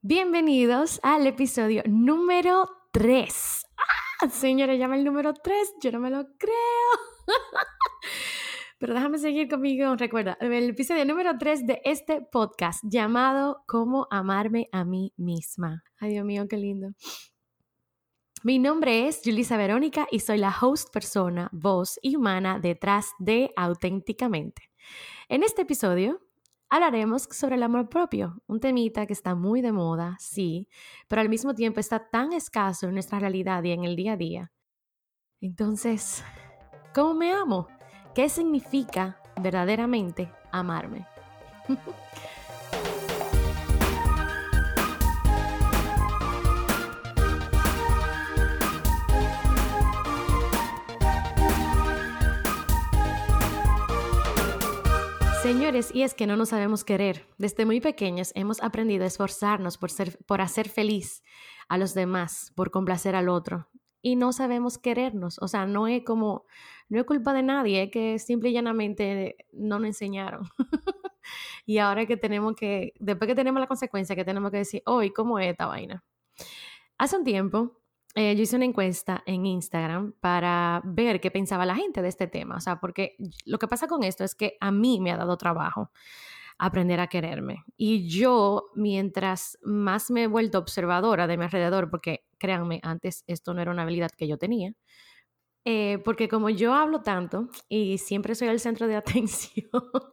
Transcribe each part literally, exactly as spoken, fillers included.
Bienvenidos al episodio número tres. ¡Ah! Señores, llama el número tres, yo no me lo creo. Pero déjame seguir conmigo. Recuerda, el episodio número tres de este podcast llamado Cómo amarme a mí misma. Ay, Dios mío, qué lindo. Mi nombre es Julissa Verónica y soy la host persona, voz y humana detrás de Auténticamente. En este episodio hablaremos sobre el amor propio, un temita que está muy de moda, sí, pero al mismo tiempo está tan escaso en nuestra realidad y en el día a día. Entonces, ¿cómo me amo? ¿Qué significa verdaderamente amarme? Señores, y es que no nos sabemos querer. Desde muy pequeños hemos aprendido a esforzarnos por, ser, por hacer feliz a los demás, por complacer al otro. Y no sabemos querernos. O sea, no es como, no es culpa de nadie, es que simple y llanamente no nos enseñaron. Y ahora que tenemos que, después que tenemos la consecuencia, que tenemos que decir, hoy, ¿cómo es esta vaina? Hace un tiempo, eh, yo hice una encuesta en Instagram para ver qué pensaba la gente de este tema. O sea, porque lo que pasa con esto es que a mí me ha dado trabajo aprender a quererme. Y yo, mientras más me he vuelto observadora de mi alrededor, porque créanme, antes esto no era una habilidad que yo tenía, eh, porque como yo hablo tanto y siempre soy el centro de atención,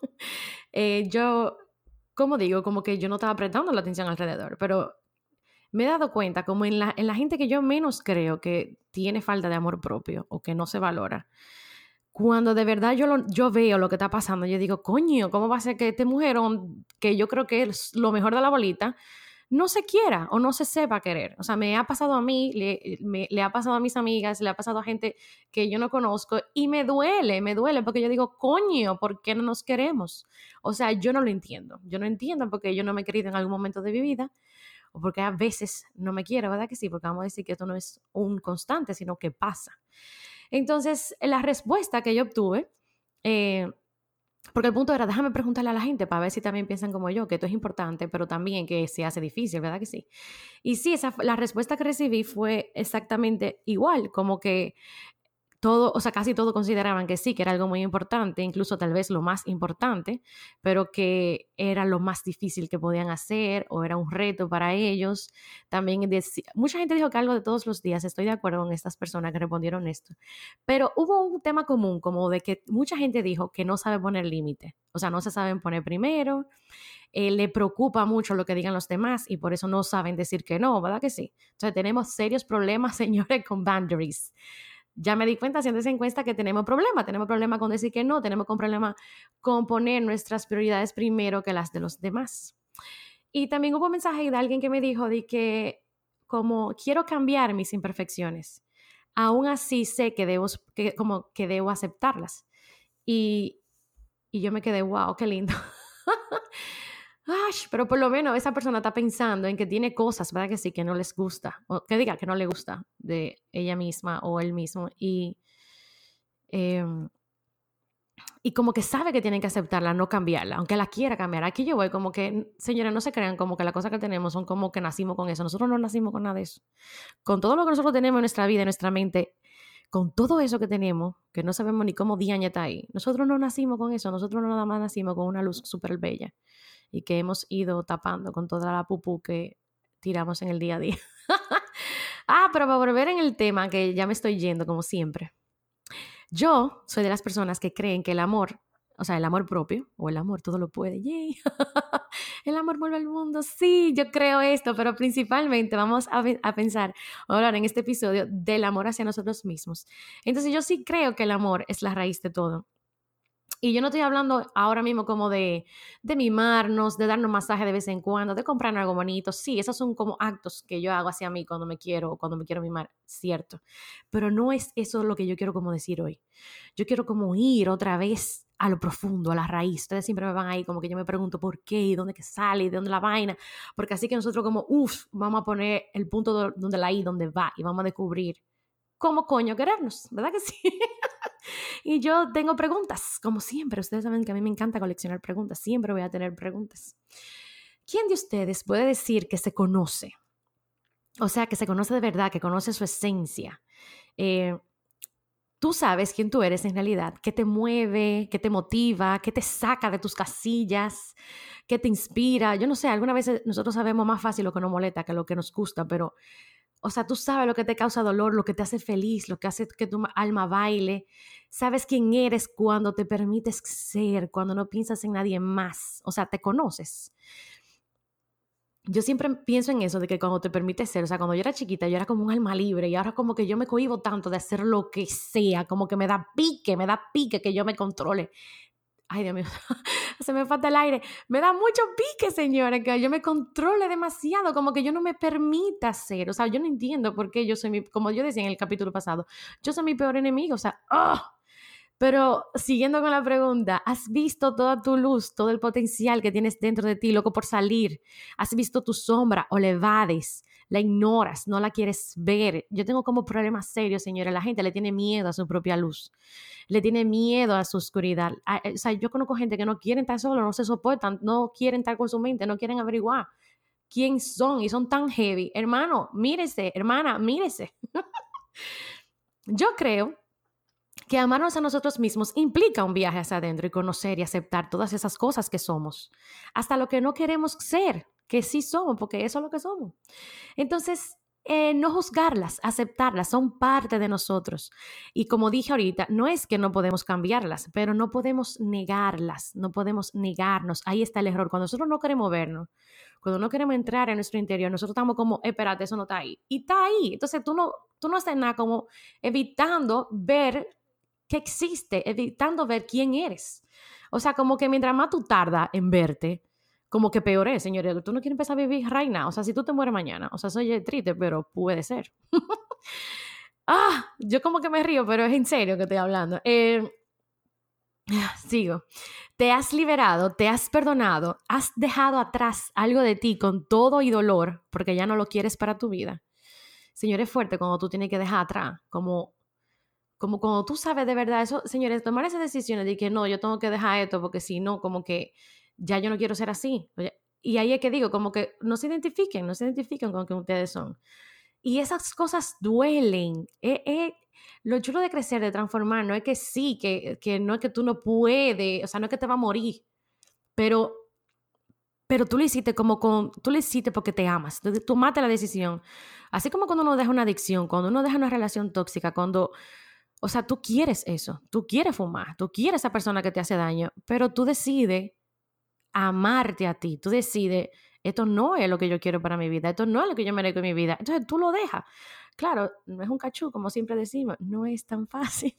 eh, yo, como digo, como que yo no estaba prestando la atención alrededor, pero me he dado cuenta como en la, en la gente que yo menos creo que tiene falta de amor propio o que no se valora. Cuando de verdad yo, lo, yo veo lo que está pasando, yo digo, coño, ¿cómo va a ser que este mujerón, que yo creo que es lo mejor de la bolita, no se quiera o no se sepa querer? O sea, me ha pasado a mí, le, me, le ha pasado a mis amigas, le ha pasado a gente que yo no conozco y me duele, me duele porque yo digo, coño, ¿por qué no nos queremos? O sea, yo no lo entiendo. Yo no entiendo porque yo no me he querido en algún momento de mi vida o porque a veces no me quiero, ¿verdad que sí? Porque vamos a decir que esto no es un constante, sino que pasa. Entonces, la respuesta que yo obtuve, eh, porque el punto era, déjame preguntarle a la gente para ver si también piensan como yo, que esto es importante, pero también que se hace difícil, ¿verdad que sí? Y sí, esa, la respuesta que recibí fue exactamente igual, como que todo, o sea, casi todos consideraban que sí, que era algo muy importante, incluso tal vez lo más importante, pero que era lo más difícil que podían hacer o era un reto para ellos. También dec- mucha gente dijo que algo de todos los días, estoy de acuerdo con estas personas que respondieron esto, pero hubo un tema común como de que mucha gente dijo que no sabe poner límite, o sea, no se saben poner primero, eh, le preocupa mucho lo que digan los demás y por eso no saben decir que no, ¿verdad que sí? Entonces tenemos serios problemas, señores, con boundaries. Ya me di cuenta haciendo esa encuesta que tenemos problemas, tenemos problemas con decir que no, tenemos un problema con poner nuestras prioridades primero que las de los demás. Y también hubo un mensaje de alguien que me dijo de que como quiero cambiar mis imperfecciones, aún así sé que debo, que, como que debo aceptarlas. Y, y yo me quedé, wow, qué lindo. Ay, pero por lo menos esa persona está pensando en que tiene cosas, ¿verdad? Que sí, que no les gusta, o que diga que no le gusta de ella misma o él mismo. Y, eh, y como que sabe que tienen que aceptarla, no cambiarla, aunque la quiera cambiar. Aquí yo voy como que, señores, no se crean como que las cosas que tenemos son como que nacimos con eso. Nosotros no nacimos con nada de eso. Con todo lo que nosotros tenemos en nuestra vida, en nuestra mente, con todo eso que tenemos, que no sabemos ni cómo diaña está ahí, nosotros no nacimos con eso, nosotros no nada más nacimos con una luz súper bella y que hemos ido tapando con toda la pupú que tiramos en el día a día. Ah, pero para volver en el tema, que ya me estoy yendo como siempre. Yo soy de las personas que creen que el amor, o sea, el amor propio, o el amor todo lo puede, yay. El amor vuelve al mundo, sí, yo creo esto, pero principalmente vamos a, a pensar, a hablar en este episodio del amor hacia nosotros mismos. Entonces yo sí creo que el amor es la raíz de todo. Y yo no estoy hablando ahora mismo como de, de mimarnos, de darnos masaje de vez en cuando, de comprar algo bonito. Sí, esos son como actos que yo hago hacia mí cuando me quiero, cuando me quiero mimar, cierto. Pero no es eso lo que yo quiero como decir hoy. Yo quiero como ir otra vez a lo profundo, a la raíz. Ustedes siempre me van ahí como que yo me pregunto por qué, y dónde que sale, de dónde la vaina. Porque así que nosotros como, uff, vamos a poner el punto donde la I, donde va, y vamos a descubrir cómo coño querernos, ¿verdad que sí? Y yo tengo preguntas, como siempre. Ustedes saben que a mí me encanta coleccionar preguntas. Siempre voy a tener preguntas. ¿Quién de ustedes puede decir que se conoce? O sea, que se conoce de verdad, que conoce su esencia. Eh, tú sabes quién tú eres en realidad, qué te mueve, qué te motiva, qué te saca de tus casillas, qué te inspira. Yo no sé, algunas veces nosotros sabemos más fácil lo que nos molesta que lo que nos gusta, pero, o sea, tú sabes lo que te causa dolor, lo que te hace feliz, lo que hace que tu alma baile. Sabes quién eres cuando te permites ser, cuando no piensas en nadie más. O sea, te conoces. Yo siempre pienso en eso, de que cuando te permites ser, o sea, cuando yo era chiquita, yo era como un alma libre y ahora como que yo me cohíbo tanto de hacer lo que sea, como que me da pique, me da pique que yo me controle. Ay, Dios mío, se me falta el aire. Me da mucho pique, señora, que yo me controle demasiado, como que yo no me permita ser. O sea, yo no entiendo por qué yo soy mi, como yo decía en el capítulo pasado, yo soy mi peor enemigo, o sea, ¡oh! Pero siguiendo con la pregunta, ¿has visto toda tu luz, todo el potencial que tienes dentro de ti, loco por salir? ¿Has visto tu sombra o la evades? ¿La ignoras? ¿No la quieres ver? Yo tengo como problemas serios, señora. La gente le tiene miedo a su propia luz. Le tiene miedo a su oscuridad. A, o sea, yo conozco gente que no quieren estar solos, no se soportan, no quieren estar con su mente, no quieren averiguar quién son y son tan heavy. Hermano, mírese, hermana, mírese. Yo creo que amarnos a nosotros mismos implica un viaje hacia adentro y conocer y aceptar todas esas cosas que somos, hasta lo que no queremos ser, que sí somos, porque eso es lo que somos. Entonces, eh, no juzgarlas, aceptarlas, son parte de nosotros. Y como dije ahorita, no es que no podemos cambiarlas, pero no podemos negarlas, no podemos negarnos. Ahí está el error. Cuando nosotros no queremos vernos, cuando no queremos entrar en nuestro interior, nosotros estamos como, espérate, eso no está ahí. Y está ahí. Entonces, tú no, tú no haces nada como evitando ver que existe, evitando ver quién eres. O sea, como que mientras más tú tardas en verte, como que peor es, señores. Tú no quieres empezar a vivir right now. O sea, si tú te mueres mañana, o sea, soy triste, pero puede ser. ah, yo como que me río, pero es en serio que estoy hablando. Eh, sigo. Te has liberado, te has perdonado, has dejado atrás algo de ti con todo y dolor, porque ya no lo quieres para tu vida. Señores, es fuerte cuando tú tienes que dejar atrás, como Como cuando tú sabes de verdad eso, señores, tomar esas decisiones de que no, yo tengo que dejar esto porque si no, como que ya yo no quiero ser así. Y ahí es que digo, como que no se identifiquen, no se identifiquen con que ustedes son. Y esas cosas duelen. Eh, eh, lo chulo de crecer, de transformar, no es que sí, que, que no es que tú no puedes, o sea, no es que te va a morir, pero, pero tú lo hiciste como con, tú lo hiciste porque te amas, tú tomaste la decisión. Así como cuando uno deja una adicción, cuando uno deja una relación tóxica, cuando... O sea, tú quieres eso, tú quieres fumar, tú quieres a esa persona que te hace daño, pero tú decides amarte a ti, tú decides, esto no es lo que yo quiero para mi vida, esto no es lo que yo merezco en mi vida, entonces tú lo dejas. Claro, no es un cachú, como siempre decimos, no es tan fácil.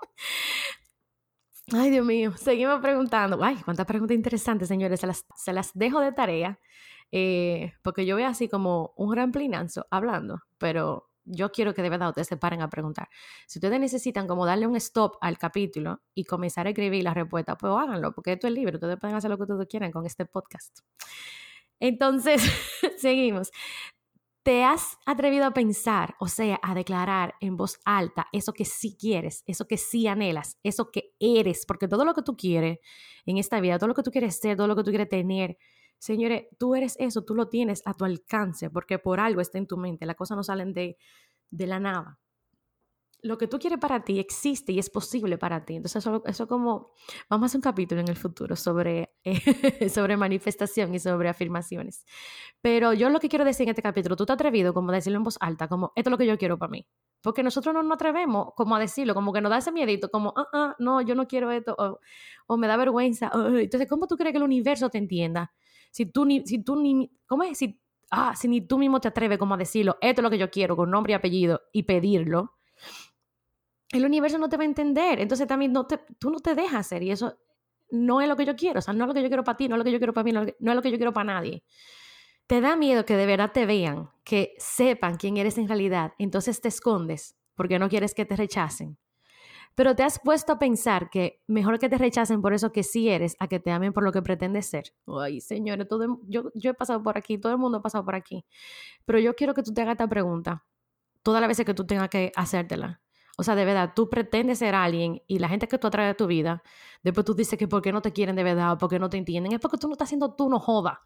Ay, Dios mío, seguimos preguntando. Ay, cuántas preguntas interesantes, señores, se las, se las dejo de tarea, eh, porque yo veo así como un ramplinazo hablando, pero... Yo quiero que de verdad ustedes se paren a preguntar. Si ustedes necesitan como darle un stop al capítulo y comenzar a escribir la respuesta, pues háganlo, porque esto es libre. Ustedes pueden hacer lo que ustedes quieran con este podcast. Entonces, seguimos. ¿Te has atrevido a pensar, o sea, a declarar en voz alta eso que sí quieres, eso que sí anhelas, eso que eres? Porque todo lo que tú quieres en esta vida, todo lo que tú quieres ser, todo lo que tú quieres tener, señores, tú eres eso, tú lo tienes a tu alcance, porque por algo está en tu mente. Las cosas no salen de, de la nada. Lo que tú quieres para ti existe y es posible para ti. Entonces, eso, eso como, vamos a hacer un capítulo en el futuro sobre, eh, sobre manifestación y sobre afirmaciones. Pero yo lo que quiero decir en este capítulo, tú te has atrevido como a decirlo en voz alta, como, esto es lo que yo quiero para mí. Porque nosotros no nos atrevemos como a decirlo, como que nos da ese miedito, como, ah, ah, no, yo no quiero esto, o, o me da vergüenza. Oh. Entonces, ¿cómo tú crees que el universo te entienda? Si tú ni, si tú ni, ¿cómo es? Si, ah, si ni tú mismo te atreves como a decirlo, esto es lo que yo quiero, con nombre y apellido, y pedirlo, el universo no te va a entender. Entonces también no te, tú no te dejas hacer, y eso no es lo que yo quiero. O sea, no es lo que yo quiero para ti, no es lo que yo quiero para mí, no es lo que, no es lo que yo quiero para nadie. Te da miedo que de verdad te vean, que sepan quién eres en realidad, entonces te escondes porque no quieres que te rechacen. Pero te has puesto a pensar que mejor que te rechacen por eso que sí eres, a que te amen por lo que pretendes ser. Ay, señores, todo, yo, yo he pasado por aquí, todo el mundo ha pasado por aquí. Pero yo quiero que tú te hagas esta pregunta todas las veces que tú tengas que hacértela. O sea, de verdad, tú pretendes ser alguien y la gente que tú atraes a tu vida, después tú dices que por qué no te quieren de verdad o por qué no te entienden, es porque tú no estás haciendo tú, no joda.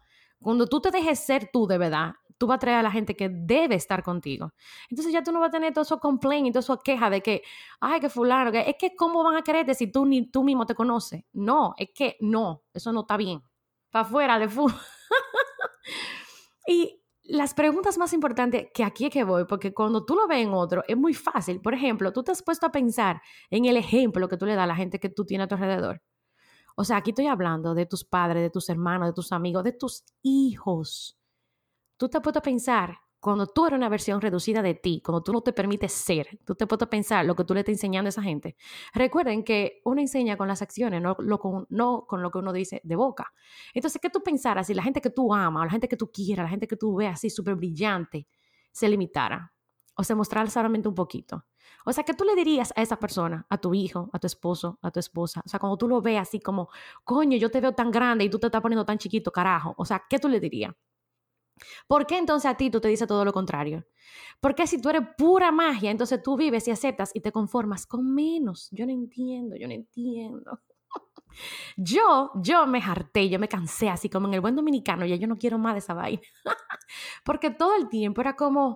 Cuando tú te dejes ser tú de verdad, tú vas a traer a la gente que debe estar contigo. Entonces ya tú no vas a tener todo eso complaint y todo eso queja de que, ay, que fulano, que es que cómo van a quererte si tú ni tú mismo te conoces. No, es que no, eso no está bien. Para afuera de fu. Y las preguntas más importantes, que aquí es que voy, porque cuando tú lo ves en otro, es muy fácil. Por ejemplo, tú te has puesto a pensar en el ejemplo que tú le das a la gente que tú tienes a tu alrededor. O sea, aquí estoy hablando de tus padres, de tus hermanos, de tus amigos, de tus hijos. Tú te has puesto a pensar, cuando tú eres una versión reducida de ti, cuando tú no te permites ser, tú te has puesto a pensar lo que tú le estás enseñando a esa gente. Recuerden que uno enseña con las acciones, no, lo con, no con lo que uno dice de boca. Entonces, ¿qué tú pensaras si la gente que tú amas, o la gente que tú quieras, la gente que tú veas así súper brillante, se limitara o se mostrara solamente un poquito? O sea, ¿qué tú le dirías a esa persona, a tu hijo, a tu esposo, a tu esposa? O sea, cuando tú lo ves así como, coño, yo te veo tan grande y tú te estás poniendo tan chiquito, carajo. O sea, ¿qué tú le dirías? ¿Por qué entonces a ti tú te dices todo lo contrario? Porque si tú eres pura magia, entonces tú vives y aceptas y te conformas con menos. Yo no entiendo, yo no entiendo. Yo, yo me harté, yo me cansé, así como en el buen dominicano, ya yo no quiero más de esa vaina. Porque todo el tiempo era como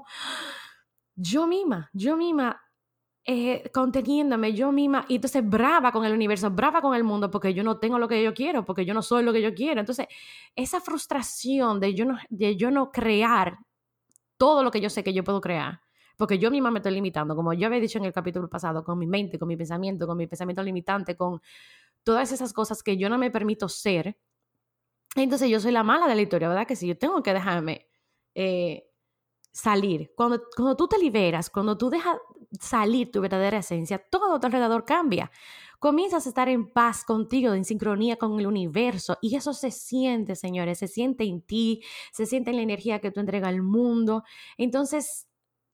yo misma, yo misma eh, conteniéndome, yo misma, y entonces brava con el universo, brava con el mundo, porque yo no tengo lo que yo quiero, porque yo no soy lo que yo quiero. Entonces, esa frustración de yo no, de yo no crear todo lo que yo sé que yo puedo crear, porque yo misma me estoy limitando, como yo había dicho en el capítulo pasado, con mi mente, con mi pensamiento, con mi pensamiento limitante, con todas esas cosas que yo no me permito ser. Entonces yo soy la mala de la historia, ¿verdad? Que si yo tengo que dejarme eh, salir, cuando, cuando tú te liberas, cuando tú dejas salir tu verdadera esencia, todo a tu alrededor cambia. Comienzas a estar en paz contigo, en sincronía con el universo, y eso se siente, señores, se siente en ti, se siente en la energía que tú entregas al mundo. Entonces,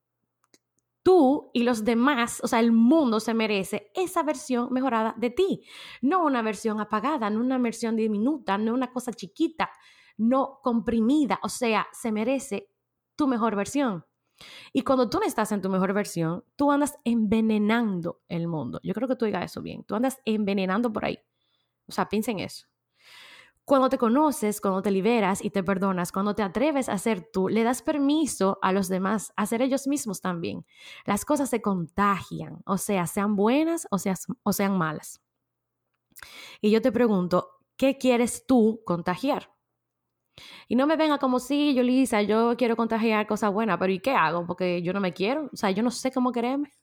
tú y los demás, o sea, el mundo se merece esa versión mejorada de ti, no una versión apagada, no una versión diminuta, no una cosa chiquita, no comprimida, o sea, se merece tu mejor versión. Y cuando tú no estás en tu mejor versión, tú andas envenenando el mundo. Yo creo que tú digas eso bien. Tú andas envenenando por ahí. O sea, piensa en eso. Cuando te conoces, cuando te liberas y te perdonas, cuando te atreves a ser tú, le das permiso a los demás a ser ellos mismos también. Las cosas se contagian, o sea, sean buenas o, seas, o sean malas. Y yo te pregunto, ¿qué quieres tú contagiar? Y no me venga como, sí, yo, Lisa, yo quiero contagiar cosas buenas, pero ¿y qué hago? Porque yo no me quiero, o sea, yo no sé cómo quererme.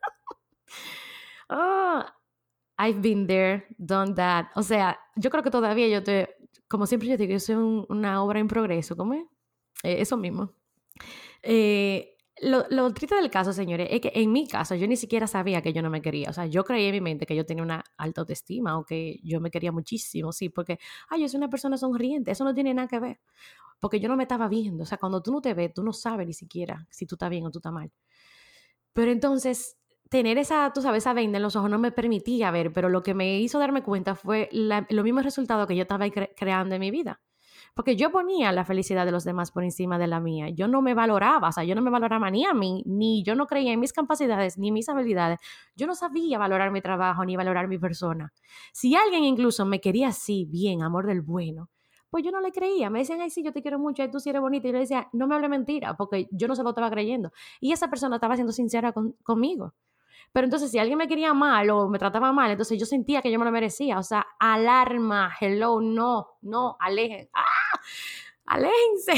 oh, I've been there, done that. O sea, yo creo que todavía yo te, como siempre yo digo, yo soy un, una obra en progreso, ¿cómo es? Eh, eso mismo. Eh, lo, lo triste del caso, señores, es que en mi caso yo ni siquiera sabía que yo no me quería. O sea, yo creí en mi mente que yo tenía una alta autoestima o que yo me quería muchísimo, sí, porque, ay, yo soy una persona sonriente, eso no tiene nada que ver. Porque yo no me estaba viendo. O sea, cuando tú no te ves, tú no sabes ni siquiera si tú estás bien o tú estás mal. Pero entonces, tener esa, tú sabes, esa venda en los ojos no me permitía ver, pero lo que me hizo darme cuenta fue la, lo mismo resultado que yo estaba cre- creando en mi vida. Porque yo ponía la felicidad de los demás por encima de la mía. Yo no me valoraba, o sea, yo no me valoraba ni a mí, ni yo no creía en mis capacidades, ni en mis habilidades. Yo no sabía valorar mi trabajo, ni valorar mi persona. Si alguien incluso me quería así, bien, amor del bueno, pues yo no le creía. Me decían, ay, sí, yo te quiero mucho, ay, tú sí eres bonita. Y yo le decía, no me hable mentira, porque yo no se lo estaba creyendo. Y esa persona estaba siendo sincera con, conmigo. Pero entonces, si alguien me quería mal o me trataba mal, entonces yo sentía que yo me lo merecía. O sea, alarma, hello, no, no, alejen. ¡Ah! ¡Aléjense!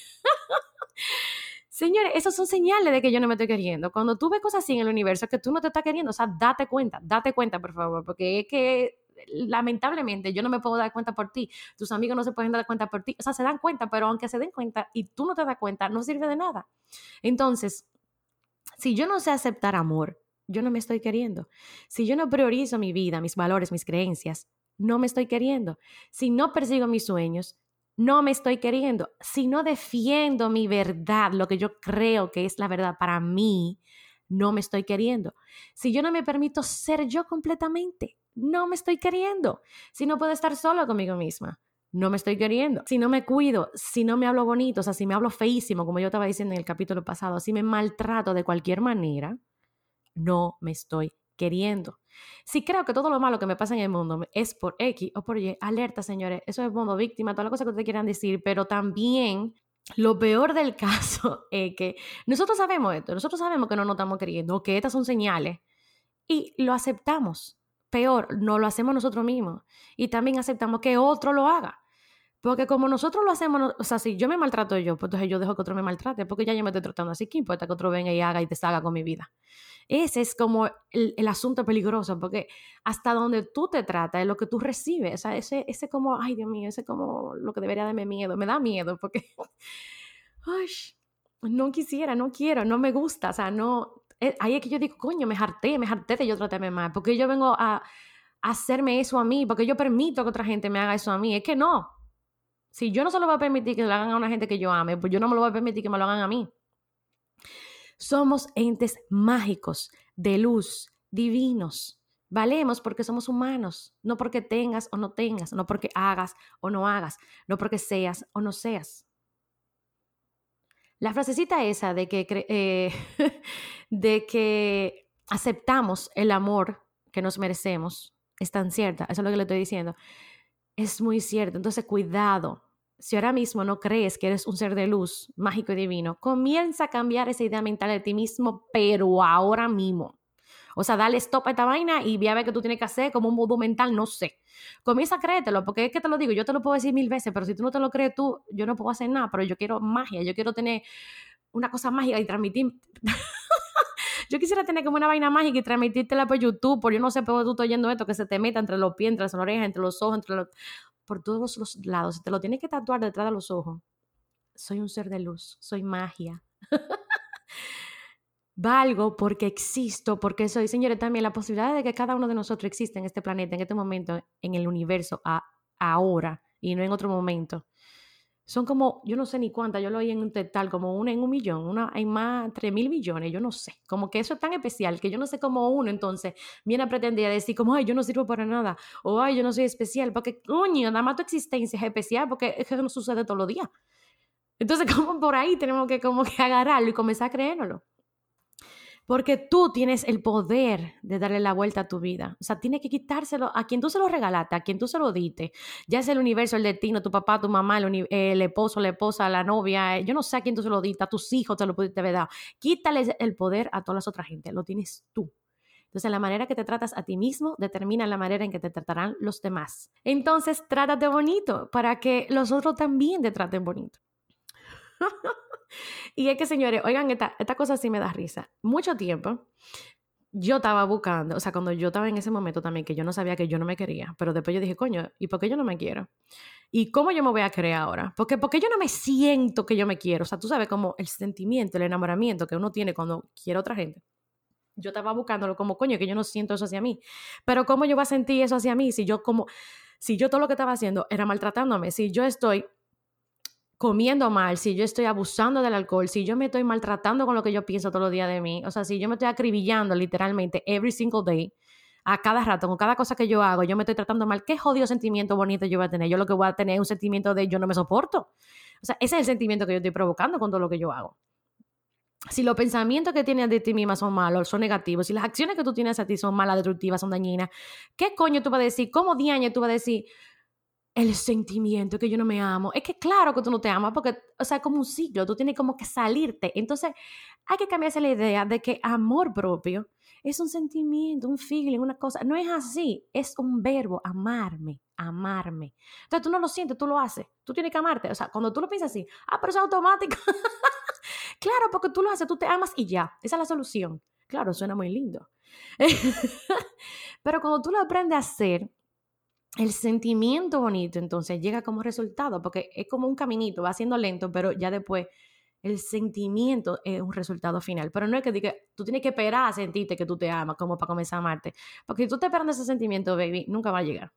Señores, esos son señales de que yo no me estoy queriendo. Cuando tú ves cosas así en el universo, es que tú no te estás queriendo. O sea, date cuenta, date cuenta, por favor, porque es que lamentablemente yo no me puedo dar cuenta por ti. Tus amigos no se pueden dar cuenta por ti. O sea, se dan cuenta, pero aunque se den cuenta y tú no te das cuenta, no sirve de nada. Entonces, si yo no sé aceptar amor, yo no me estoy queriendo. Si yo no priorizo mi vida, mis valores, mis creencias, no me estoy queriendo. Si no persigo mis sueños, no me estoy queriendo. Si no defiendo mi verdad, lo que yo creo que es la verdad para mí, no me estoy queriendo. Si yo no me permito ser yo completamente, no me estoy queriendo. Si no puedo estar solo conmigo misma, no me estoy queriendo. Si no me cuido, si no me hablo bonito, o sea, si me hablo feísimo, como yo estaba diciendo en el capítulo pasado, si me maltrato de cualquier manera, no me estoy queriendo. Si creo que todo lo malo que me pasa en el mundo es por X o por Y, alerta, señores, eso es modo víctima, todas las cosas que ustedes quieran decir, pero también lo peor del caso es que nosotros sabemos esto, nosotros sabemos que no nos estamos queriendo, que estas son señales y lo aceptamos. Peor, no lo hacemos nosotros mismos y también aceptamos que otro lo haga. Porque como nosotros lo hacemos, o sea, si yo me maltrato yo, pues entonces yo dejo que otro me maltrate, porque ya yo me estoy tratando así, ¿qué importa que otro venga y haga y deshaga con mi vida? Ese es como el, el asunto peligroso, porque hasta donde tú te tratas es lo que tú recibes. O sea, ese, ese como, ay Dios mío, ese como lo que debería darme miedo, me da miedo, porque, ay, no quisiera, no quiero, no me gusta, o sea, no... Ahí es que yo digo, coño, me harté, me harté de yo tratarme mal, porque yo vengo a, a hacerme eso a mí, porque yo permito que otra gente me haga eso a mí. Es que no. Si yo no se lo voy a permitir que lo hagan a una gente que yo ame, pues yo no me lo voy a permitir que me lo hagan a mí. Somos entes mágicos, de luz, divinos. Valemos porque somos humanos, no porque tengas o no tengas, no porque hagas o no hagas, no porque seas o no seas. La frasecita esa de que, eh, de que aceptamos el amor que nos merecemos es tan cierta, eso es lo que le estoy diciendo, es muy cierto. Entonces, cuidado, si ahora mismo no crees que eres un ser de luz, mágico y divino, comienza a cambiar esa idea mental de ti mismo, pero ahora mismo. O sea, dale stop a esta vaina y ve a ver qué tú tienes que hacer como un modo mental, no sé. Comienza a creértelo, porque es que te lo digo, yo te lo puedo decir mil veces, pero si tú no te lo crees tú, yo no puedo hacer nada, pero yo quiero magia, yo quiero tener una cosa mágica y transmitir... Yo quisiera tener como una vaina mágica y transmitírtela por YouTube, por yo no sé por qué tú estás oyendo esto, que se te meta entre los pies, entre las orejas, entre los ojos, entre los... por todos los lados. Si te lo tienes que tatuar detrás de los ojos. Soy un ser de luz, soy magia. Valgo porque existo, porque soy, señores, también la posibilidad de que cada uno de nosotros exista en este planeta, en este momento, en el universo, a, ahora, y no en otro momento. Son como, yo no sé ni cuántas, yo lo oí en un total, como una en un millón, una hay más, tres mil millones, yo no sé. Como que eso es tan especial que yo no sé cómo uno entonces viene a pretender decir como, ay, yo no sirvo para nada, o ay, yo no soy especial, porque, coño, nada más tu existencia es especial, porque es que eso no sucede todos los días. Entonces, como por ahí tenemos que como que agarrarlo y comenzar a creérnoslo. Porque tú tienes el poder de darle la vuelta a tu vida. O sea, tienes que quitárselo a quien tú se lo regalaste, a quien tú se lo diste. Ya sea el universo, el destino, tu papá, tu mamá, el, el esposo, la esposa, la novia. Yo no sé a quién tú se lo diste, a tus hijos te lo pudiste haber dado. Quítale el poder a todas las otras gente. Lo tienes tú. Entonces, la manera que te tratas a ti mismo determina la manera en que te tratarán los demás. Entonces, trátate bonito para que los otros también te traten bonito. Y es que, señores, oigan, esta, esta cosa sí me da risa. Mucho tiempo yo estaba buscando, o sea, cuando yo estaba en ese momento también, que yo no sabía que yo no me quería, pero después yo dije, coño, ¿y por qué yo no me quiero? ¿Y cómo yo me voy a querer ahora? Porque, porque yo no me siento que yo me quiero. O sea, tú sabes como el sentimiento, el enamoramiento que uno tiene cuando quiere a otra gente. Yo estaba buscándolo como, coño, que yo no siento eso hacia mí. Pero ¿cómo yo voy a sentir eso hacia mí si yo como, si yo todo lo que estaba haciendo era maltratándome? Si yo estoy comiendo mal, si yo estoy abusando del alcohol, si yo me estoy maltratando con lo que yo pienso todos los días de mí, o sea, si yo me estoy acribillando literalmente every single day, a cada rato, con cada cosa que yo hago, yo me estoy tratando mal, ¿qué jodido sentimiento bonito yo voy a tener? Yo lo que voy a tener es un sentimiento de yo no me soporto. O sea, ese es el sentimiento que yo estoy provocando con todo lo que yo hago. Si los pensamientos que tienes de ti misma son malos, son negativos, si las acciones que tú tienes a ti son malas, destructivas, son dañinas, ¿qué coño tú vas a decir? ¿Cómo diaño tú vas a decir el sentimiento que yo no me amo? Es que claro que tú no te amas porque, o sea, es como un ciclo, tú tienes como que salirte. Entonces, hay que cambiarse la idea de que amor propio es un sentimiento, un feeling, una cosa. No es así, es un verbo, amarme, amarme. Entonces, tú no lo sientes, tú lo haces. Tú tienes que amarte. O sea, cuando tú lo piensas así, ah, pero es automático. Claro, porque tú lo haces, tú te amas y ya. Esa es la solución. Claro, suena muy lindo. Pero cuando tú lo aprendes a hacer, el sentimiento bonito entonces llega como resultado, porque es como un caminito, va siendo lento, pero ya después el sentimiento es un resultado final. Pero no es que diga, tú tienes que esperar a sentirte que tú te amas como para comenzar a amarte, porque si tú te esperas ese sentimiento, baby, nunca va a llegar.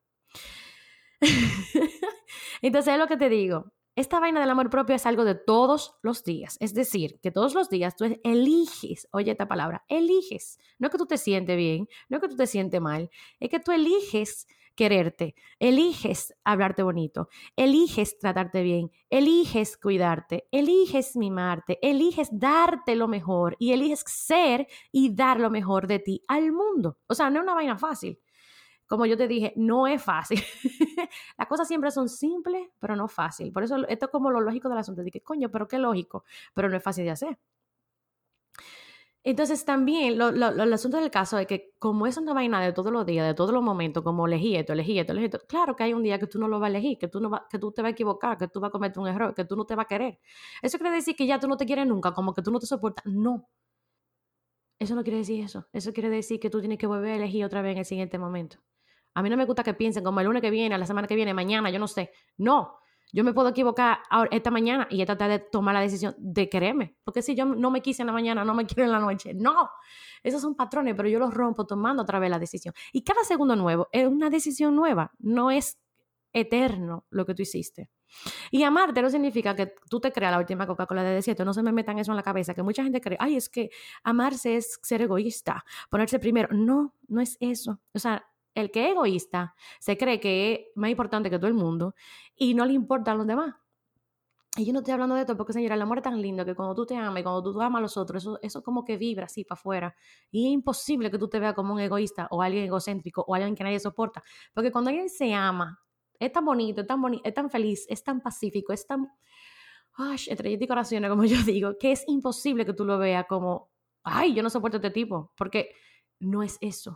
Entonces es lo que te digo, esta vaina del amor propio es algo de todos los días, es decir, que todos los días tú eliges, oye esta palabra, eliges, no es que tú te sientes bien, no es que tú te sientes mal, es que tú eliges quererte, eliges hablarte bonito, eliges tratarte bien, eliges cuidarte, eliges mimarte, eliges darte lo mejor y eliges ser y dar lo mejor de ti al mundo. O sea, no es una vaina fácil. Como yo te dije, no es fácil. Las cosas siempre son simples, pero no fácil. Por eso esto es como lo lógico del asunto. Dije, coño, pero qué lógico, pero no es fácil de hacer. Entonces también lo, lo, lo, el asunto del caso es que como es una vaina de todos los días, de todos los momentos, como elegí esto, elegí esto, elegí esto, claro que hay un día que tú no lo vas a elegir, que tú, no va, que tú te vas a equivocar, que tú vas a cometer un error, que tú no te vas a querer. ¿Eso quiere decir que ya tú no te quieres nunca, como que tú no te soportas? No, eso no quiere decir eso. Eso quiere decir que tú tienes que volver a elegir otra vez en el siguiente momento. A mí no me gusta que piensen como el lunes que viene, a la semana que viene, mañana, yo no sé. No, yo me puedo equivocar ahora, esta mañana y ya tratar de tomar la decisión de quererme. Porque si yo no me quise en la mañana, no me quiero en la noche. No, esos son patrones, pero yo los rompo tomando otra vez la decisión. Y cada segundo nuevo es una decisión nueva. No es eterno lo que tú hiciste. Y amarte no significa que tú te creas la última Coca-Cola de desierto. No se me metan eso en la cabeza, que mucha gente cree, ay, es que amarse es ser egoísta, ponerse primero. No, no es eso. O sea, el que es egoísta se cree que es más importante que todo el mundo y no le importan los demás. Y yo no estoy hablando de esto porque, señora, el amor es tan lindo que cuando tú te amas y cuando tú amas a los otros, eso, eso como que vibra así para afuera. Y es imposible que tú te veas como un egoísta o alguien egocéntrico o alguien que nadie soporta. Porque cuando alguien se ama, es tan bonito, es tan bonito, es tan feliz, es tan pacífico, es tan, ay, entre y corazones, como yo digo, que es imposible que tú lo veas como, ay, yo no soporto a este tipo, porque no es eso.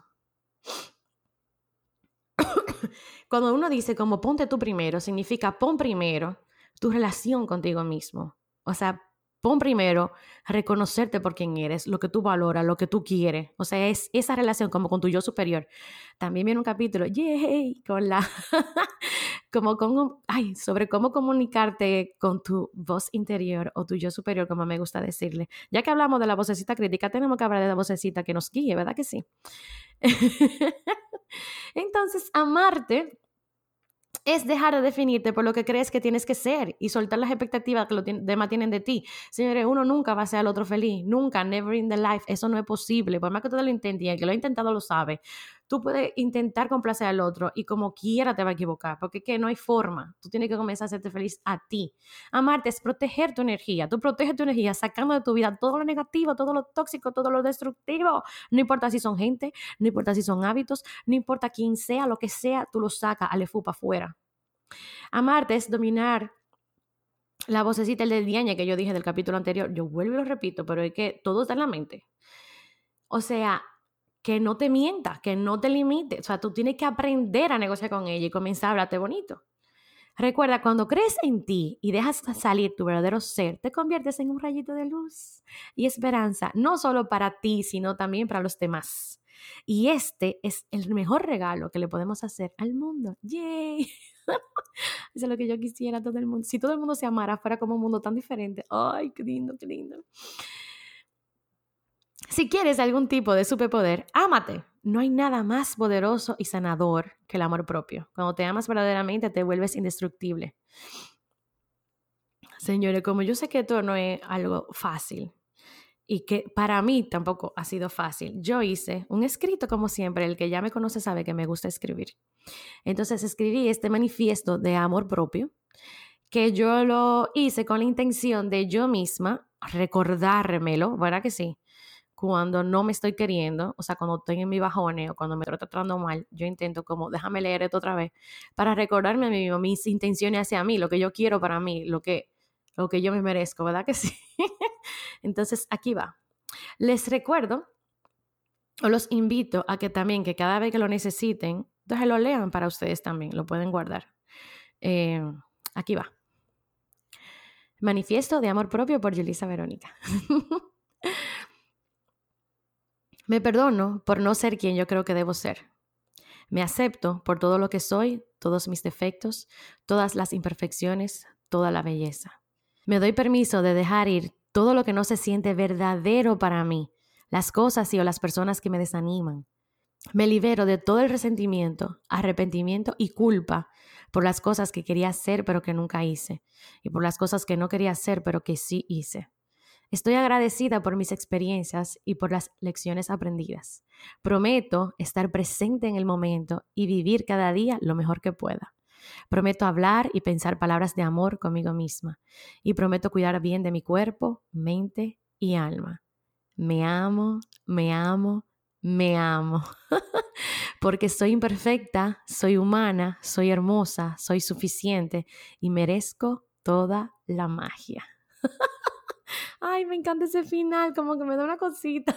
Cuando uno dice como ponte tú primero, significa pon primero tu relación contigo mismo. O sea, pon primero reconocerte por quien eres, lo que tú valoras, lo que tú quieres. O sea, es esa relación como con tu yo superior. También viene un capítulo, yay, con la, como con, ay, sobre cómo comunicarte con tu voz interior o tu yo superior, como me gusta decirle. Ya que hablamos de la vocecita crítica, tenemos que hablar de la vocecita que nos guíe, ¿verdad que sí? Entonces, amarte es dejar de definirte por lo que crees que tienes que ser y soltar las expectativas que los demás tienen de ti. Señores, uno nunca va a ser al otro feliz. Nunca, never in the life. Eso no es posible. Por más que tú lo intentes y el que lo ha intentado lo sabe. Tú puedes intentar complacer al otro y como quiera te va a equivocar, porque es que no hay forma. Tú tienes que comenzar a hacerte feliz a ti. Amarte es proteger tu energía. Tú proteges tu energía sacando de tu vida todo lo negativo, todo lo tóxico, todo lo destructivo. No importa si son gente, no importa si son hábitos, no importa quién sea, lo que sea, tú lo sacas al efu para afuera. Amarte es dominar la vocecita, el del diañe que yo dije del capítulo anterior. Yo vuelvo y lo repito, pero es que todo está en la mente. O sea, que no te mientas, que no te limites. O sea, tú tienes que aprender a negociar con ella y comenzar a hablarte bonito. Recuerda, cuando crees en ti y dejas salir tu verdadero ser, te conviertes en un rayito de luz y esperanza, no solo para ti, sino también para los demás. Y este es el mejor regalo que le podemos hacer al mundo. ¡Yay! Eso es lo que yo quisiera todo el mundo. Si todo el mundo se amara, fuera como un mundo tan diferente. ¡Ay, qué lindo, qué lindo! Si quieres algún tipo de superpoder, ámate. No hay nada más poderoso y sanador que el amor propio. Cuando te amas verdaderamente, te vuelves indestructible. Señores, como yo sé que esto no es algo fácil y que para mí tampoco ha sido fácil, yo hice un escrito como siempre. El que ya me conoce sabe que me gusta escribir. Entonces escribí este manifiesto de amor propio que yo lo hice con la intención de yo misma recordármelo, ¿verdad que sí? Cuando no me estoy queriendo, o sea, cuando estoy en mi bajones o cuando me estoy tratando mal, yo intento como, déjame leer esto otra vez, para recordarme a mí mismo mis intenciones hacia mí, lo que yo quiero para mí, lo que, lo que yo me merezco, ¿verdad que sí? Entonces, aquí va. Les recuerdo, o los invito a que también, que cada vez que lo necesiten, entonces lo lean para ustedes también, lo pueden guardar. Eh, aquí va. Manifiesto de amor propio por Yulisa Verónica. Me perdono por no ser quien yo creo que debo ser. Me acepto por todo lo que soy, todos mis defectos, todas las imperfecciones, toda la belleza. Me doy permiso de dejar ir todo lo que no se siente verdadero para mí, las cosas y o las personas que me desaniman. Me libero de todo el resentimiento, arrepentimiento y culpa por las cosas que quería hacer pero que nunca hice y por las cosas que no quería hacer pero que sí hice. Estoy agradecida por mis experiencias y por las lecciones aprendidas. Prometo estar presente en el momento y vivir cada día lo mejor que pueda. Prometo hablar y pensar palabras de amor conmigo misma. Y prometo cuidar bien de mi cuerpo, mente y alma. Me amo, me amo, me amo. Porque soy imperfecta, soy humana, soy hermosa, soy suficiente y merezco toda la magia. Ay, me encanta ese final, como que me da una cosita.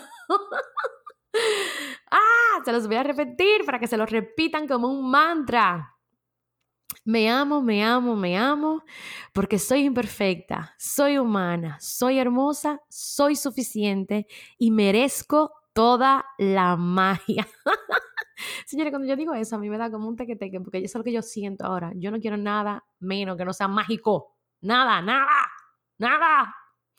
Ah, se los voy a repetir para que se los repitan como un mantra. Me amo, me amo, me amo, porque soy imperfecta, soy humana, soy hermosa, soy suficiente y merezco toda la magia. Señores, cuando yo digo eso, a mí me da como un teque-teque, porque eso es lo que yo siento ahora. Yo no quiero nada menos que no sea mágico. Nada, nada, nada.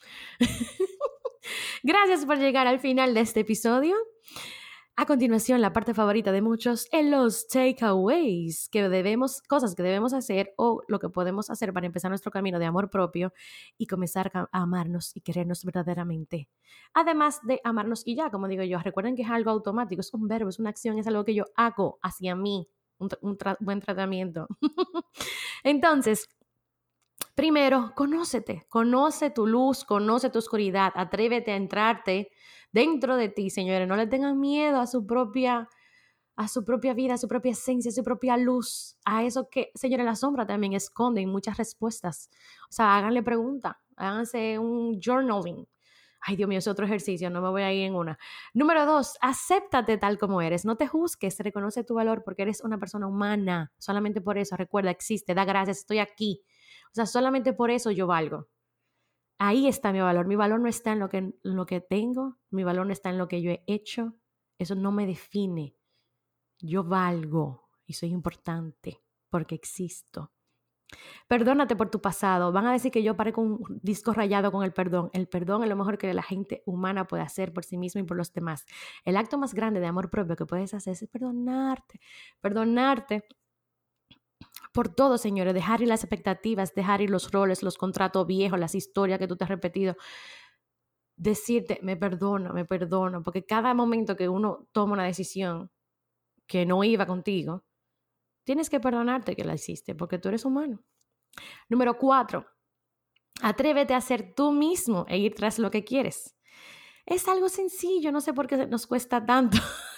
Gracias por llegar al final de este episodio. A continuación, la parte favorita de muchos, en los takeaways, que debemos, cosas que debemos hacer o lo que podemos hacer para empezar nuestro camino de amor propio y comenzar a amarnos y querernos verdaderamente. Además de amarnos y ya, como digo yo, recuerden que es algo automático, es un verbo, es una acción, es algo que yo hago hacia mí, un, un tra- buen tratamiento. Entonces, primero, conócete, conoce tu luz, conoce tu oscuridad, atrévete a entrarte dentro de ti, señores. No le tengan miedo a su propia, a su propia vida, a su propia esencia, a su propia luz, a eso que, señores, la sombra también esconde muchas respuestas. O sea, háganle preguntas, háganse un journaling. Ay, Dios mío, es otro ejercicio, no me voy a ir en una. Número dos, acéptate tal como eres. No te juzgues, reconoce tu valor porque eres una persona humana. Solamente por eso, recuerda, existe, da gracias, estoy aquí. O sea, solamente por eso yo valgo. Ahí está mi valor. Mi valor no está en lo que, en lo que tengo, mi valor no está en lo que yo he hecho. Eso no me define. Yo valgo y soy importante porque existo. Perdónate por tu pasado. Van a decir que yo parezco un disco rayado con el perdón. El perdón es lo mejor que la gente humana puede hacer por sí misma y por los demás. El acto más grande de amor propio que puedes hacer es perdonarte. Perdonarte por todo, señores. Dejar ir las expectativas, dejar ir los roles, los contratos viejos, las historias que tú te has repetido. Decirte, me perdono, me perdono. Porque cada momento que uno toma una decisión que no iba contigo, tienes que perdonarte que la hiciste porque tú eres humano. Número cuatro, atrévete a ser tú mismo e ir tras lo que quieres. Es algo sencillo, no sé por qué nos cuesta tanto.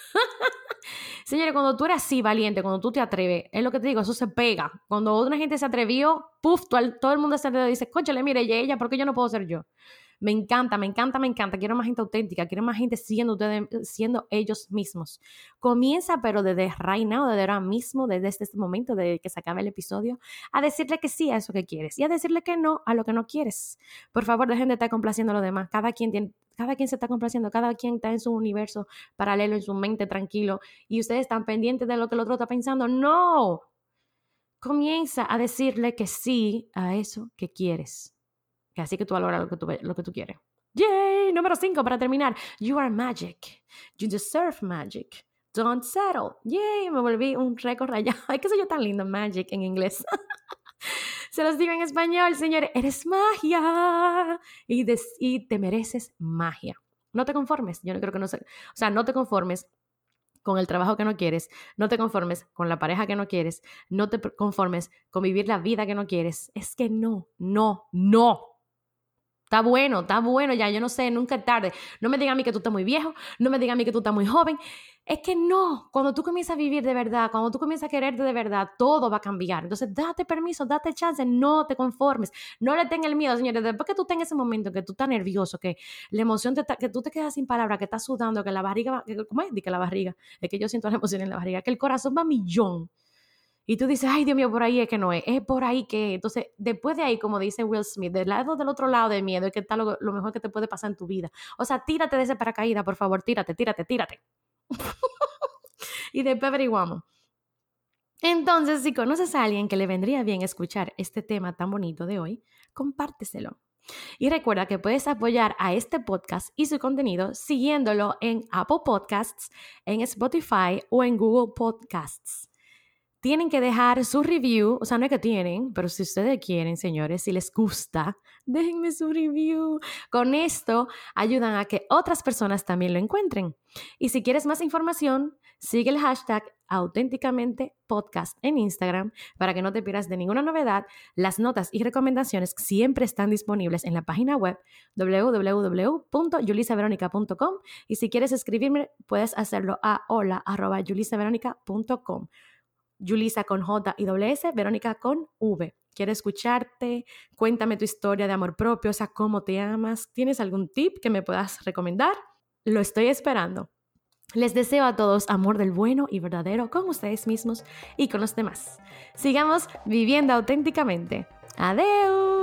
Señores, cuando tú eres así valiente, cuando tú te atreves, es lo que te digo, eso se pega. Cuando una gente se atrevió, puf, todo el mundo se atrevió y dice, cónchale, mire, ella, ella, ¿por qué yo no puedo ser yo? Me encanta, me encanta, me encanta. Quiero más gente auténtica, quiero más gente siendo ustedes, siendo ellos mismos. Comienza, pero desde right now, desde ahora mismo, desde este momento, desde que se acabe el episodio, a decirle que sí a eso que quieres y a decirle que no a lo que no quieres. Por favor, dejen de estar complaciendo a los demás. Cada quien tiene, cada quien se está complaciendo, cada quien está en su universo paralelo, en su mente tranquilo, y ustedes están pendientes de lo que el otro está pensando. ¡No! Comienza a decirle que sí a eso que quieres. Que así que tú valoras lo que tú, lo que tú quieres. ¡Yay! Número cinco, para terminar. You are magic. You deserve magic. Don't settle. ¡Yay! Me volví un récord rayado. Ay, qué soy yo tan lindo, magic en inglés. Se los digo en español, señores. Eres magia. Y, des, y te mereces magia. No te conformes. Yo no creo que no se... O sea, no te conformes con el trabajo que no quieres, no te conformes con la pareja que no quieres, no te conformes con vivir la vida que no quieres. Es que no, no, no. Está bueno, está bueno ya, yo no sé, nunca es tarde. No me digan a mí que tú estás muy viejo, no me digan a mí que tú estás muy joven. Es que no, cuando tú comienzas a vivir de verdad, cuando tú comienzas a quererte de verdad, todo va a cambiar. Entonces, date permiso, date chance, no te conformes. No le tengas el miedo, señores. Después que tú tengas ese momento que tú estás nervioso, que la emoción, te está, que tú te quedas sin palabras, que estás sudando, que la barriga va, que, ¿cómo es? Di que la barriga, es que yo siento la emoción en la barriga, que el corazón va a millón. Y tú dices, ay, Dios mío, por ahí es que no es, es por ahí que... Entonces, después de ahí, como dice Will Smith, del lado del otro lado del miedo es que está lo, lo mejor que te puede pasar en tu vida. O sea, tírate de ese paracaídas, por favor, tírate, tírate, tírate. Y después averiguamos. Entonces, si conoces a alguien que le vendría bien escuchar este tema tan bonito de hoy, compárteselo. Y recuerda que puedes apoyar a este podcast y su contenido siguiéndolo en Apple Podcasts, en Spotify o en Google Podcasts. tienen que dejar su review, o sea, no es que tienen, pero si ustedes quieren, señores, si les gusta, déjenme su review. Con esto ayudan a que otras personas también lo encuentren. Y si quieres más información, sigue el hashtag auténticamente podcast en Instagram para que no te pierdas de ninguna novedad. Las notas y recomendaciones siempre están disponibles en la página web doble u doble u doble u punto yulisa veronica punto com y si quieres escribirme puedes hacerlo a hola arroba yulisa veronica punto com. Yulisa con J y doble S, Verónica con V. Quiero escucharte, cuéntame tu historia de amor propio, o sea, cómo te amas. ¿Tienes algún tip que me puedas recomendar? Lo estoy esperando. Les deseo a todos amor del bueno y verdadero con ustedes mismos y con los demás. Sigamos viviendo auténticamente. ¡Adeu!